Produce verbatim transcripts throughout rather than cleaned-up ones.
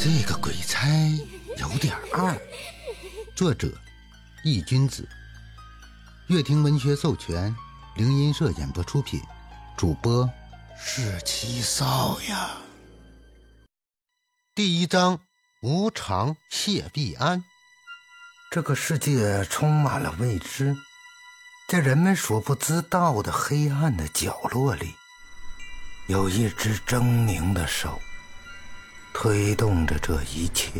这个鬼差有点二。作者易君子，乐亭文学授权，灵音社演播出品，主播是七少呀。第一章，无常谢必安。这个世界充满了未知，在人们所不知道的黑暗的角落里，有一只狰狞的手推动着这一切。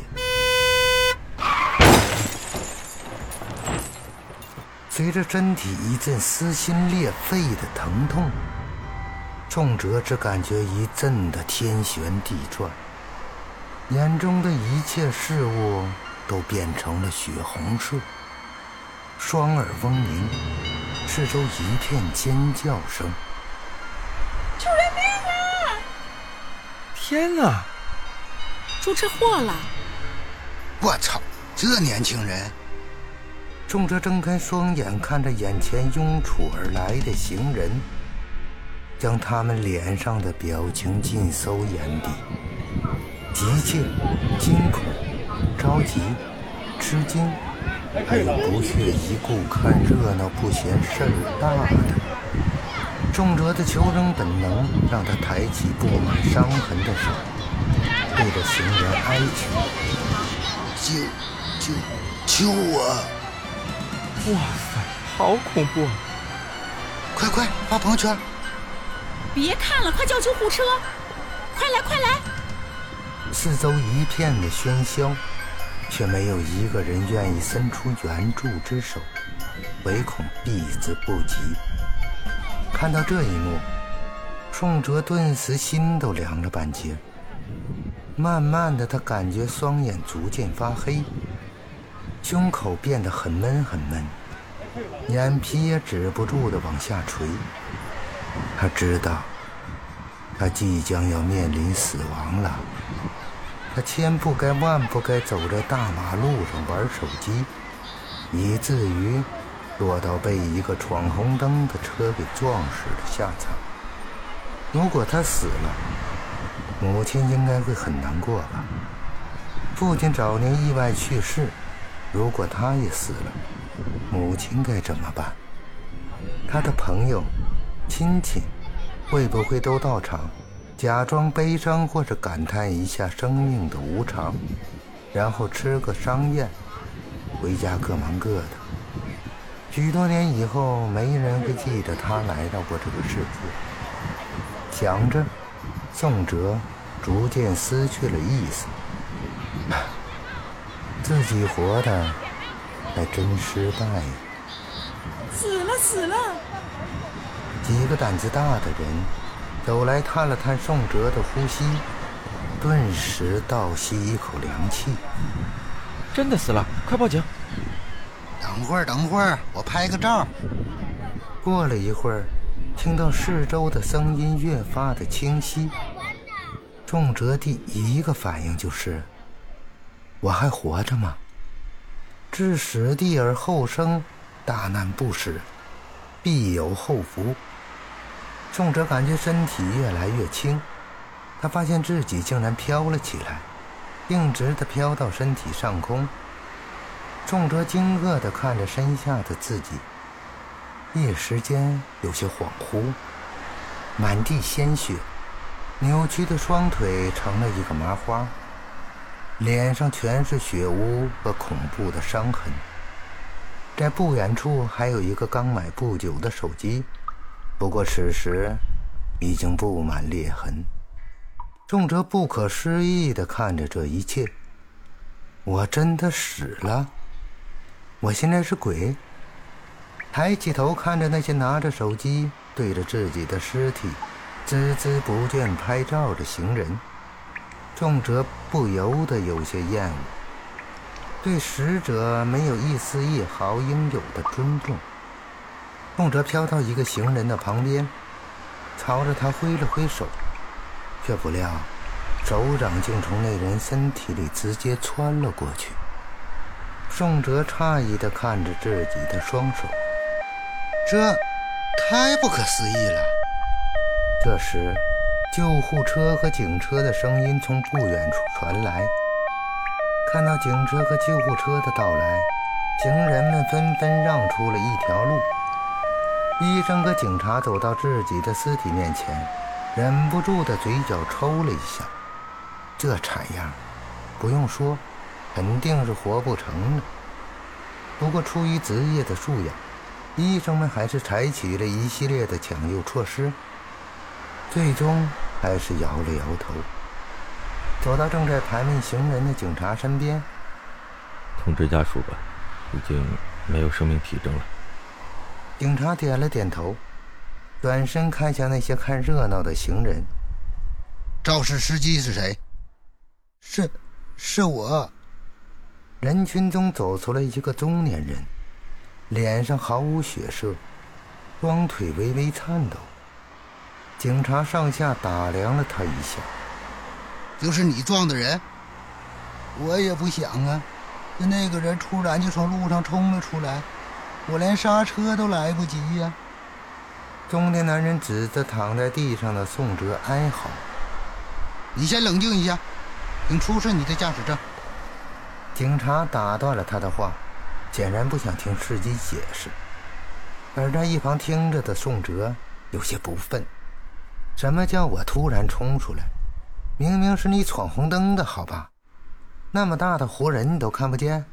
随着身体一阵撕心裂肺的疼痛，仲哲只感觉一阵的天旋地转，眼中的一切事物都变成了血红色，双耳嗡鸣，四周一片尖叫声。 出人命啊！ 天哪！ 出车祸了！ 我操，这年轻人！仲哲睁开双眼，看着眼前拥簇而来的行人，将他们脸上的表情尽收眼底，急切、惊恐、着急、吃惊，还有不屑一顾看热闹不嫌事儿大的。仲哲的求生本能让他抬起布满伤痕的手，对着行人哀求：救救救我！ 哇塞，好恐怖！ 快快发朋友圈！ 别看了，快叫救护车！快来快来！ 四周一片的喧嚣，却没有一个人愿意伸出援助之手，唯恐避之不及。看到这一幕，仲哲顿时心都凉了半截。慢慢的，他感觉双眼逐渐发黑，胸口变得很闷很闷，眼皮也止不住的往下垂。他知道他即将要面临死亡了，他千不该万不该走在大马路上玩手机，以至于落到被一个闯红灯的车给撞死的下场。如果他死了，母亲应该会很难过吧。父亲早年意外去世，如果他也死了，母亲该怎么办？他的朋友、亲戚会不会都到场，假装悲伤或者感叹一下生命的无常，然后吃个丧宴，回家各忙各的。许多年以后，没人会记得他来到过这个世界。想着，仲哲逐渐失去了意识，自己活的还真失败呀！ 死了死了！ 几个胆子大的人走来探了探仲哲的呼吸，顿时倒吸一口凉气。 真的死了，快报警！ 等会儿等会儿，我拍个照。过了一会儿，听到四周的声音越发的清晰，仲哲第一个反应就是：我还活着吗？置死地而后生，大难不死，必有后福。仲哲感觉身体越来越轻，他发现自己竟然飘了起来，径直地飘到身体上空。仲哲惊愕地看着身下的自己，一时间有些恍惚，满地鲜血，扭曲的双腿成了一个麻花，脸上全是血污和恐怖的伤痕。在不远处还有一个刚买不久的手机，不过此时已经布满裂痕。仲哲不可思议地看着这一切，我真的死了？我现在是鬼？抬起头看着那些拿着手机对着自己的尸体孜孜不倦拍照的行人，仲哲不由得有些厌恶，对死者没有一丝一毫应有的尊重。仲哲飘到一个行人的旁边，朝着他挥了挥手，却不料手掌竟从那人身体里直接穿了过去。仲哲诧异地看着自己的双手，这太不可思议了。这时救护车和警车的声音从不远处传来， 看到警车和救护车的到来，行人们纷纷让出了一条路。医生和警察走到自己的尸体面前，忍不住的嘴角抽了一下。这惨样，不用说，肯定是活不成了。不过出于职业的素养，医生们还是采取了一系列的抢救措施，最终还是摇了摇头，走到正在盘问行人的警察身边。 通知家属吧，已经没有生命体征了。 警察点了点头，转身看向那些看热闹的行人。肇事司机是谁？是是我。人群中走出来一个中年人，脸上毫无血色，双腿微微颤抖。警察上下打量了他一下。就是你撞的人？我也不想啊，那个人突然就从路上冲了出来，我连刹车都来不及呀、啊！中年男人指着躺在地上的宋哲哀嚎：“你先冷静一下，请出示你的驾驶证。”警察打断了他的话，显然不想听司机解释。而在一旁听着的宋哲有些不忿：“什么叫我突然冲出来？明明是你闯红灯的好吧？那么大的活人你都看不见？”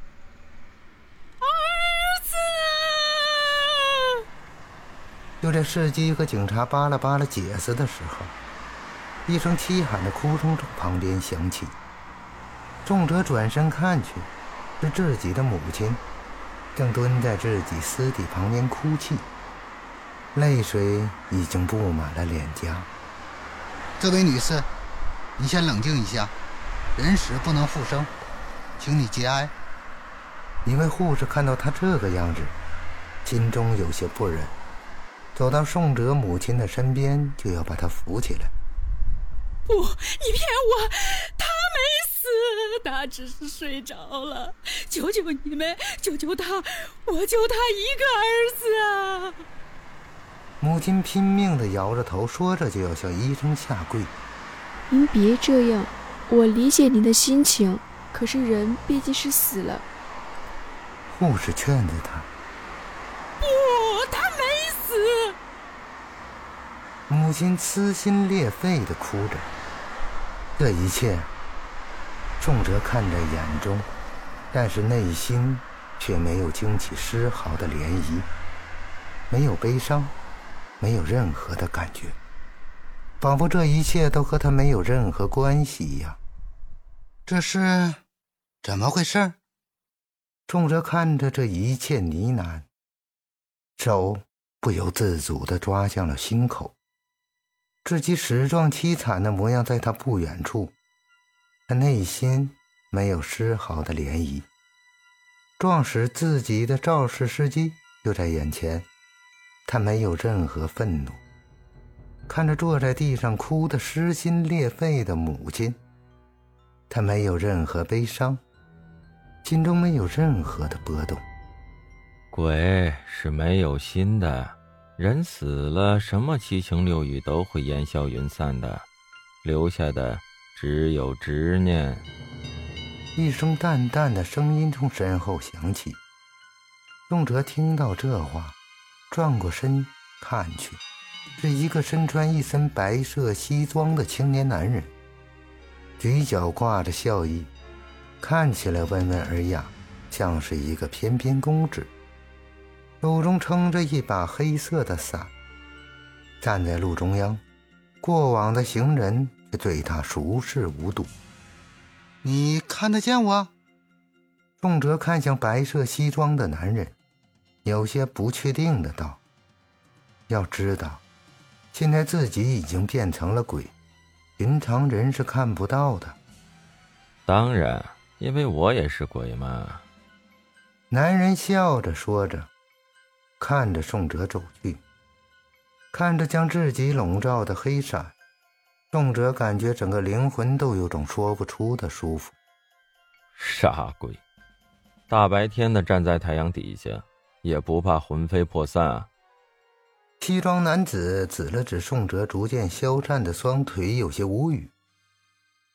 就在司机和警察巴拉巴拉解释的时候，一声凄惨的哭声从旁边响起。宋哲转身看去，是自己的母亲，正蹲在自己尸体旁边哭泣，泪水已经布满了脸颊。这位女士，你先冷静一下，人死不能复生，请你节哀。一位护士看到他这个样子，心中有些不忍，走到宋哲母亲的身边，就要把她扶起来。 不，你骗我，他没死，他只是睡着了。求求你们，救救他，我就他一个儿子啊！ 母亲拼命地摇着头，说着就要向医生下跪。 您别这样，我理解您的心情，可是人毕竟是死了。 护士劝着他。 不，他没死。 母亲撕心裂肺地哭着。这一切宋哲看在眼中，但是内心却没有惊起丝毫的涟漪，没有悲伤，没有任何的感觉，仿佛这一切都和他没有任何关系一样。这是怎么回事？宋哲看着这一切呢喃，手不由自主地抓向了心口。自己死状凄惨的模样在他不远处，他内心没有丝毫的涟漪。撞死自己的肇事司机就在眼前，他没有任何愤怒。看着坐在地上哭得撕心裂肺的母亲，他没有任何悲伤，心中没有任何的波动。 鬼是没有心的，人死了，什么七情六欲都会烟消云散的，留下的只有执念。 一声淡淡的声音从身后响起。宋哲听到这话，转过身看去，是一个身穿一身白色西装的青年男人，嘴角挂着笑意，看起来温文尔雅，像是一个翩翩公子，手中撑着一把黑色的伞，站在路中央，过往的行人却对他熟视无睹。你看得见我？宋哲看向白色西装的男人，有些不确定的道。要知道，现在自己已经变成了鬼，寻常人是看不到的。 当然，因为我也是鬼嘛。 男人笑着说着，看着宋哲走去。看着将自己笼罩的黑伞，宋哲感觉整个灵魂都有种说不出的舒服。 傻鬼，大白天的站在太阳底下，也不怕魂飞魄散啊？ 西装男子指了指宋哲逐渐消散的双腿，有些无语。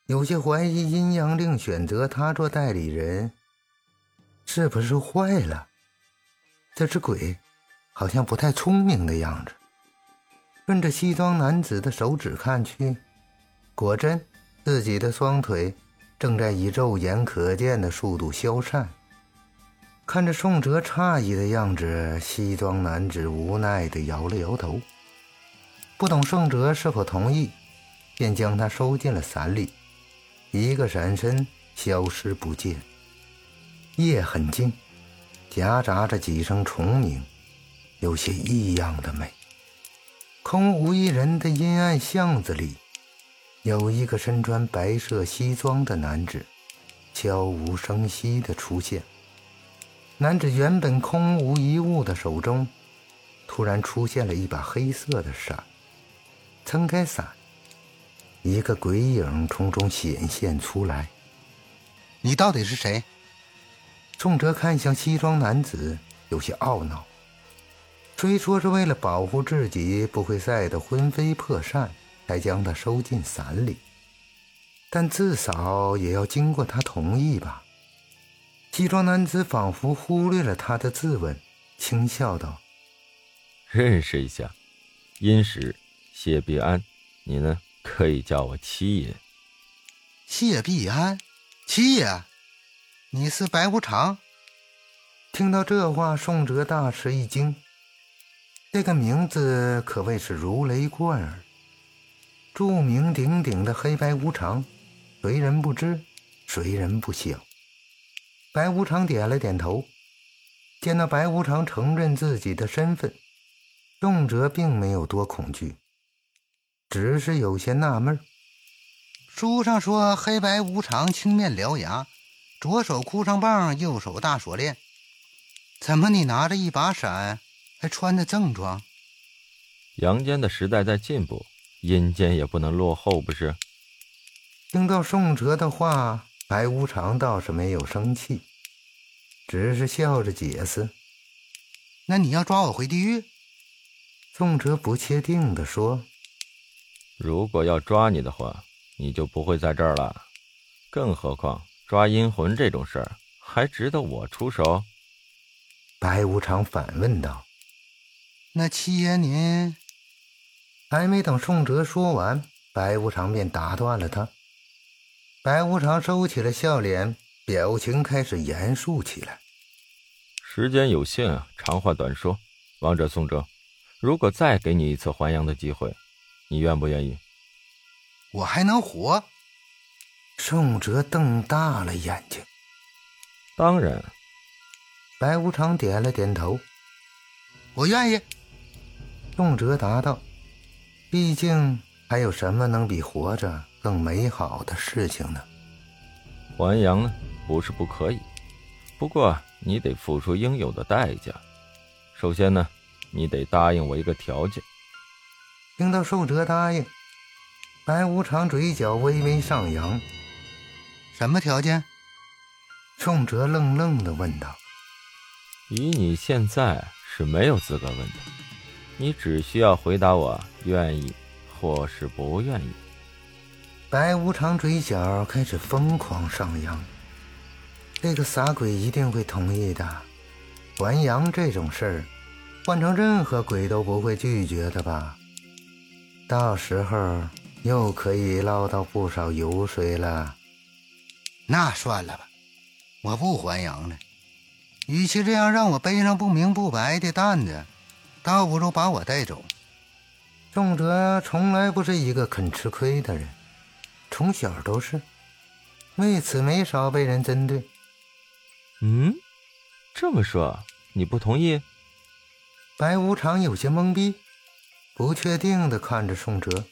有些怀疑阴阳令选择他做代理人是不是坏了。这只鬼好像不太聪明的样子。顺着西装男子的手指看去，果真自己的双腿正在以肉眼可见的速度消散。看着宋哲诧异的样子，西装男子无奈地摇了摇头，不懂宋哲是否同意，便将他收进了伞里，一个闪身消失不见。夜很静，夹杂着几声虫鸣，有些异样的美。空无一人的阴暗巷子里，有一个身穿白色西装的男子悄无声息地出现。男子原本空无一物的手中突然出现了一把黑色的伞，撑开伞，一个鬼影从中显现出来。 你到底是谁？ 宋哲看向西装男子，有些懊恼。虽说是为了保护自己不会晒得魂飞魄散才将他收进伞里，但至少也要经过他同意吧。西装男子仿佛忽略了他的质问，轻笑道： 认识一下，殷实谢必安，你呢可以叫我七爷。 谢必安？七爷？你是白无常？ 听到这话，宋哲大吃一惊，这个名字可谓是如雷贯耳。著名鼎鼎的黑白无常，谁人不知，谁人不晓。白无常点了点头，见到白无常承认自己的身份，宋哲并没有多恐惧，只是有些纳闷。 书上说黑白无常青面獠牙，左手哭丧棒，右手大锁链，怎么你拿着一把伞还穿着正装？ 阳间的时代在进步，阴间也不能落后，不是？ 听到宋哲的话，白无常倒是没有生气，只是笑着解释： 那你要抓我回地狱？ 宋哲不确定地说： 如果要抓你的话，你就不会在这儿了。更何况抓阴魂这种事儿还值得我出手？ 白无常反问道。 那七爷您…… 还没等宋哲说完，白无常便打断了他。白无常收起了笑脸，表情开始严肃起来。 时间有限，长话短说，王者宋哲，如果再给你一次还阳的机会，你愿不愿意？ 我还能活？ 宋哲瞪大了眼睛。 当然。 白无常点了点头。 我愿意。 宋哲答道，毕竟还有什么能比活着更美好的事情呢？ 还阳呢，不是不可以，不过你得付出应有的代价。首先呢，你得答应我一个条件。 听到宋哲答应，白无常嘴角微微上扬。 什么条件？ 宋哲愣愣地问道。 以你现在是没有资格问的，你只需要回答我愿意或是不愿意。 白无常嘴角开始疯狂上扬，这个傻鬼一定会同意的。还阳这种事儿，换成任何鬼都不会拒绝的吧？到时候又可以捞到不少油水了。 那算了吧，我不还阳了。与其这样让我背上不明不白的担子，倒不如把我带走。 宋哲从来不是一个肯吃亏的人，从小都是，为此没少被人针对。 嗯，这么说你不同意？ 白无常有些懵逼，不确定地看着宋哲。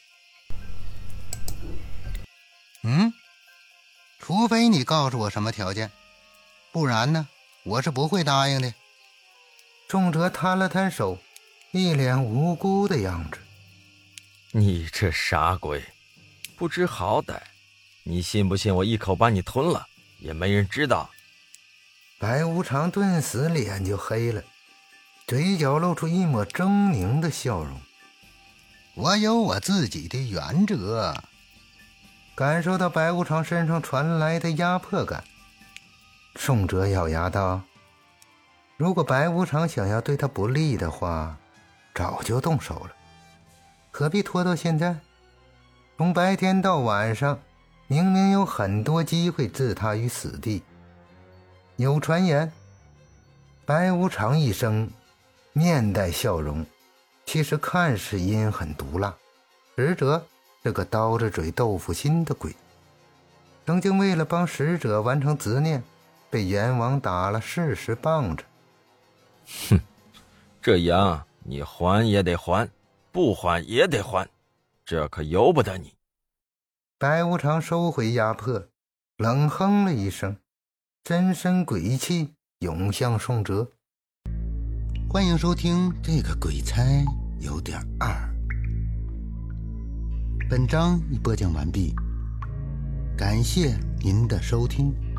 嗯，除非你告诉我什么条件，不然呢，我是不会答应的。 宋哲摊了摊手，一脸无辜的样子。 你这傻鬼，不知好歹，你信不信我一口把你吞了，也没人知道。 白无常顿时脸就黑了，嘴角露出一抹狰狞的笑容。 我有我自己的原则。 感受到白无常身上传来的压迫感。宋哲咬牙道：如果白无常想要对他不利的话，早就动手了，何必拖到现在？从白天到晚上，明明有很多机会置他于死地。有传言，白无常一生面带笑容，其实看似阴狠毒辣，实则是个刀子嘴豆腐心的鬼。曾经为了帮使者完成执念，被阎王打了四十棒子。 哼，这羊你还也得还，不还也得还，这可由不得你。 白无常收回压迫，冷哼了一声，真身鬼气涌向宋哲。 欢迎收听这个鬼差有点二。本章已播讲完毕，感谢您的收听。